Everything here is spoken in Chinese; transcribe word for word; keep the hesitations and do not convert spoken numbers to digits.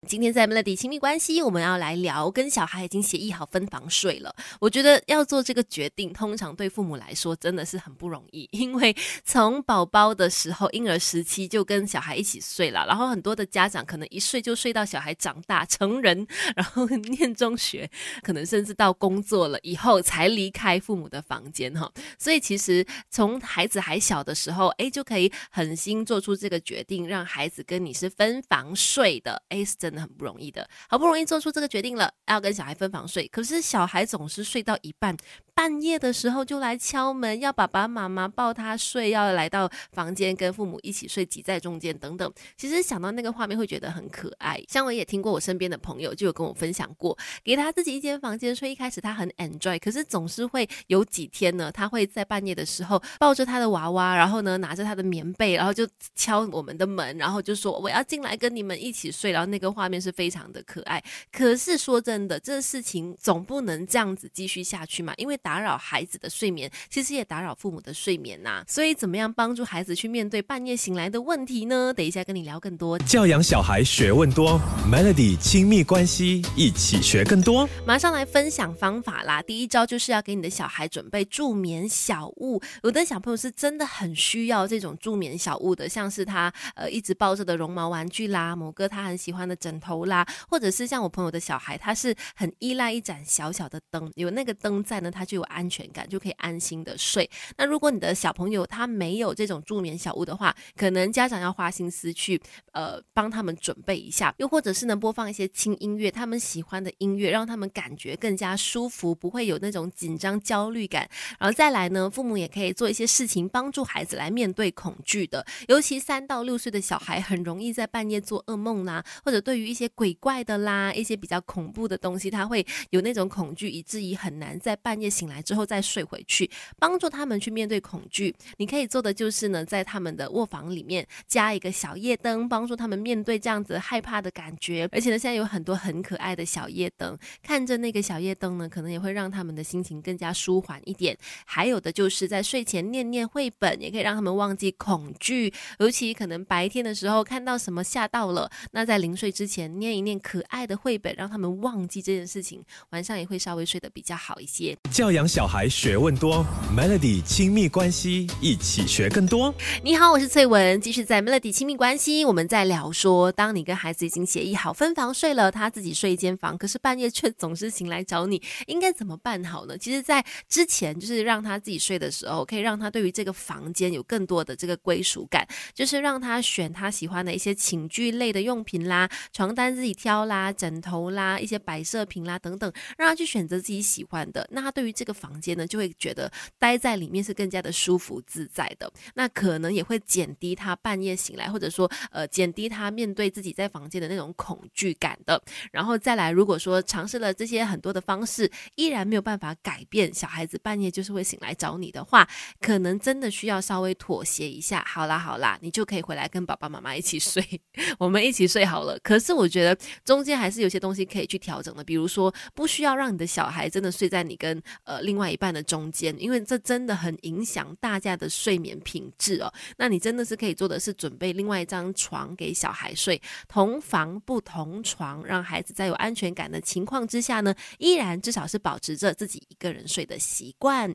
今天在 Melody 亲密关系，我们要来聊跟小孩已经协议好分房睡了。我觉得要做这个决定，通常对父母来说真的是很不容易，因为从宝宝的时候，婴儿时期就跟小孩一起睡了，然后很多的家长可能一睡就睡到小孩长大成人，然后念中学，可能甚至到工作了以后才离开父母的房间哈。所以其实从孩子还小的时候，哎，就可以狠心做出这个决定，让孩子跟你是分房睡的，哎，是真的很不容易的。好不容易做出这个决定了，要跟小孩分房睡，可是小孩总是睡到一半，半夜的时候就来敲门，要爸爸妈妈抱他睡，要来到房间跟父母一起睡，挤在中间等等。其实想到那个画面会觉得很可爱。像我也听过我身边的朋友就有跟我分享过，给他自己一间房间睡，一开始他很 enjoy， 可是总是会有几天呢，他会在半夜的时候抱着他的娃娃，然后呢拿着他的棉被，然后就敲我们的门，然后就说我要进来跟你们一起睡，然后那个画面是非常的可爱。可是说真的，这事情总不能这样子继续下去嘛，因为打扰孩子的睡眠，其实也打扰父母的睡眠呐、啊。所以怎么样帮助孩子去面对半夜醒来的问题呢？等一下跟你聊更多。 教养小孩学问多 ，Melody 亲密关系一起学更多。 马上来分享方法啦！第一招就是要给你的小孩准备助眠小物。有的小朋友是真的很需要这种助眠小物的，像是他呃一直抱着的绒毛玩具啦，某个他很喜欢的枕头啦，或者是像我朋友的小孩，他是很依赖一盏小小的灯，有那个灯在呢，他就有安全感，就可以安心的睡。那如果你的小朋友他没有这种助眠小物的话，可能家长要花心思去呃帮他们准备一下，又或者是呢播放一些轻音乐，他们喜欢的音乐，让他们感觉更加舒服，不会有那种紧张焦虑感。然后再来呢，父母也可以做一些事情帮助孩子来面对恐惧的，尤其三到六岁的小孩很容易在半夜做噩梦啦，或者对于一些鬼怪的啦，一些比较恐怖的东西，他会有那种恐惧，以至于很难在半夜醒来之后再睡回去。帮助他们去面对恐惧，你可以做的就是呢，在他们的卧房里面加一个小夜灯，帮助他们面对这样子害怕的感觉。而且呢，现在有很多很可爱的小夜灯，看着那个小夜灯呢，可能也会让他们的心情更加舒缓一点。还有的就是在睡前念念绘本，也可以让他们忘记恐惧，尤其可能白天的时候看到什么吓到了，那在临睡之前念一念可爱的绘本，让他们忘记这件事情，晚上也会稍微睡得比较好一些。 教养小孩学问多 ，Melody 亲密关系一起学更多。 你好，我是翠文，继续在 Melody 亲密关系，我们在聊说，当你跟孩子已经协议好分房睡了，他自己睡一间房，可是半夜却总是醒来找你，应该怎么办好呢？其实在之前就是让他自己睡的时候，可以让他对于这个房间有更多的这个归属感，就是让他选他喜欢的一些寝具类的用品啦，床单自己挑啦，枕头啦，一些摆设品啦等等，让他去选择自己喜欢的。那他对于这个房间呢，就会觉得待在里面是更加的舒服自在的。那可能也会减低他半夜醒来，或者说呃减低他面对自己在房间的那种恐惧感的。然后再来，如果说尝试了这些很多的方式，依然没有办法改变小孩子半夜就是会醒来找你的话，可能真的需要稍微妥协一下。好啦好啦，你就可以回来跟爸爸妈妈一起睡，我们一起睡好了。可是我觉得中间还是有些东西可以去调整的，比如说不需要让你的小孩真的睡在你跟呃另外一半的中间，因为这真的很影响大家的睡眠品质哦。那你真的是可以做的是准备另外一张床给小孩睡，同房不同床，让孩子在有安全感的情况之下呢，依然至少是保持着自己一个人睡的习惯。